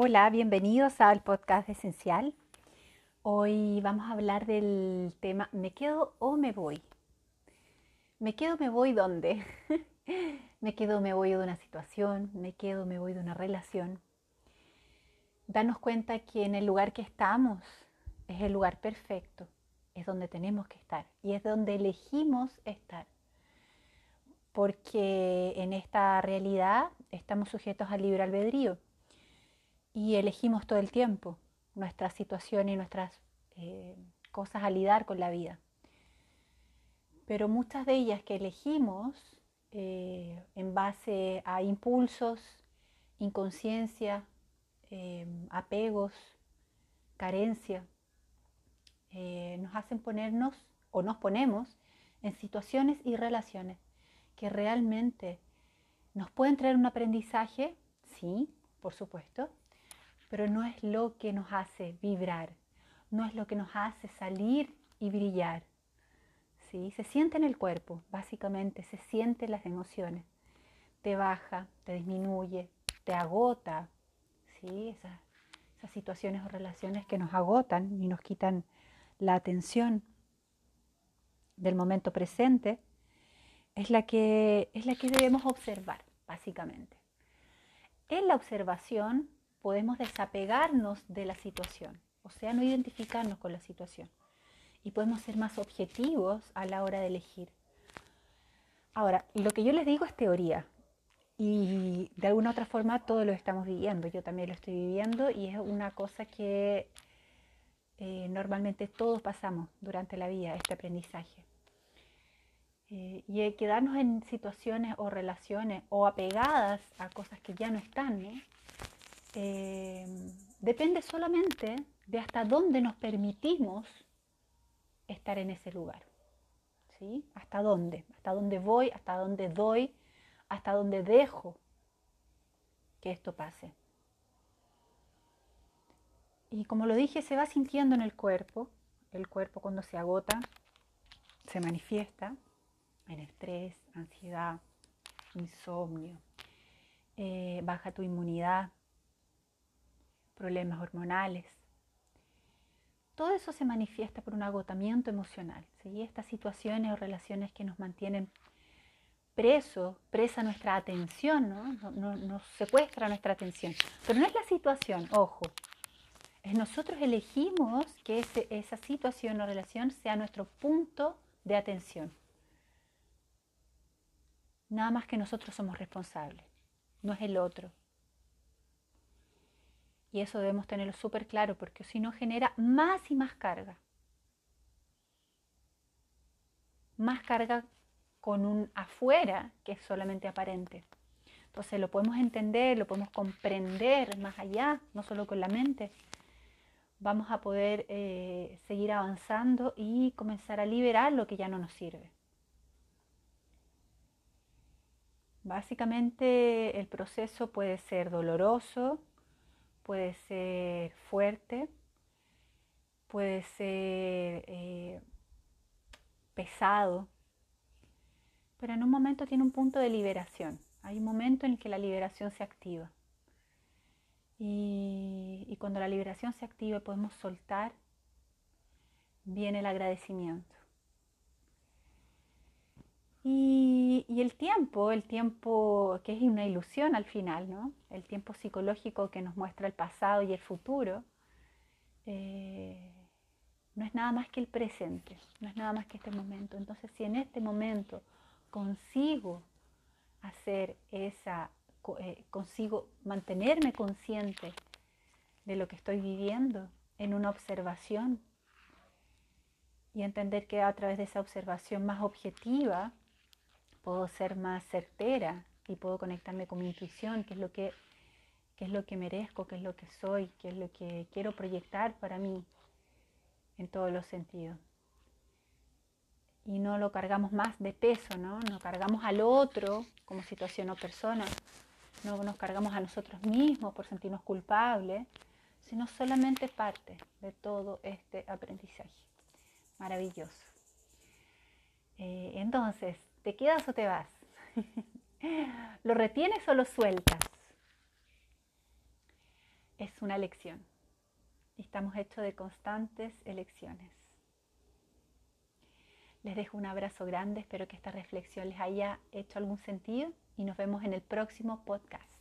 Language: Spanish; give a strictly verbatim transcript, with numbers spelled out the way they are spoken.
Hola, bienvenidos al podcast de Esencial. Hoy vamos a hablar del tema ¿me quedo o me voy? ¿Me quedo o me voy dónde? ¿Me quedo o me voy de una situación? ¿Me quedo o me voy de una relación? Darnos cuenta que en el lugar que estamos es el lugar perfecto, es donde tenemos que estar y es donde elegimos estar. Porque en esta realidad estamos sujetos al libre albedrío y elegimos todo el tiempo nuestras situaciones y nuestras eh, cosas a lidiar con la vida. Pero muchas de ellas que elegimos eh, en base a impulsos, inconsciencia, eh, apegos, carencia, eh, nos hacen ponernos o nos ponemos en situaciones y relaciones que realmente nos pueden traer un aprendizaje, sí, por supuesto, pero no es lo que nos hace vibrar, no es lo que nos hace salir y brillar. ¿Sí? Se siente en el cuerpo, básicamente, se sienten las emociones. Te baja, te disminuye, te agota. ¿Sí? Esas, esas situaciones o relaciones que nos agotan y nos quitan la atención del momento presente, es la que, es la que debemos observar, básicamente. En la observación podemos desapegarnos de la situación, o sea, no identificarnos con la situación. Y podemos ser más objetivos a la hora de elegir. Ahora, lo que yo les digo es teoría. Y de alguna otra forma todos lo estamos viviendo. Yo también lo estoy viviendo y es una cosa que eh, normalmente todos pasamos durante la vida, este aprendizaje. Eh, y el quedarnos en situaciones o relaciones o apegadas a cosas que ya no están, ¿no? Eh, depende solamente de hasta dónde nos permitimos estar en ese lugar. ¿Sí? ¿Hasta dónde? ¿Hasta dónde voy? ¿Hasta dónde doy? ¿Hasta dónde dejo que esto pase? Y como lo dije, se va sintiendo en el cuerpo. El cuerpo cuando se agota se manifiesta en estrés, ansiedad, insomnio, eh, baja tu inmunidad, problemas hormonales. Todo eso se manifiesta por un agotamiento emocional. ¿Sí? Estas situaciones o relaciones que nos mantienen preso, presa nuestra atención, ¿no? No, no, nos secuestra nuestra atención. Pero no es la situación, ojo. Es nosotros elegimos que ese, esa situación o relación sea nuestro punto de atención. Nada más que nosotros somos responsables, no es el otro. Y eso debemos tenerlo súper claro porque si no genera más y más carga. Más carga con un afuera que es solamente aparente. Entonces lo podemos entender, lo podemos comprender más allá, no solo con la mente. Vamos a poder eh, seguir avanzando y comenzar a liberar lo que ya no nos sirve. Básicamente el proceso puede ser doloroso, puede ser fuerte, puede ser eh, pesado, pero en un momento tiene un punto de liberación. Hay un momento en el que la liberación se activa. Y, y cuando la liberación se activa y podemos soltar, viene el agradecimiento. Y, y el tiempo, el tiempo que es una ilusión al final, ¿no? El tiempo psicológico que nos muestra el pasado y el futuro, eh, no es nada más que el presente, no es nada más que este momento. Entonces, si en este momento consigo hacer esa, eh, consigo mantenerme consciente de lo que estoy viviendo en una observación y entender que a través de esa observación más objetiva puedo ser más certera y puedo conectarme con mi intuición, que es lo que, qué es lo que merezco, qué es lo que soy, qué es lo que quiero proyectar para mí en todos los sentidos. Y no lo cargamos más de peso, ¿no? No cargamos al otro como situación o persona, no nos cargamos a nosotros mismos por sentirnos culpables, sino solamente parte de todo este aprendizaje. Maravilloso. Eh, entonces, ¿te quedas o te vas? ¿Lo retienes o lo sueltas? es una elección. Estamos hechos de constantes elecciones. Les dejo un abrazo grande, espero que esta reflexión les haya hecho algún sentido y nos vemos en el próximo podcast.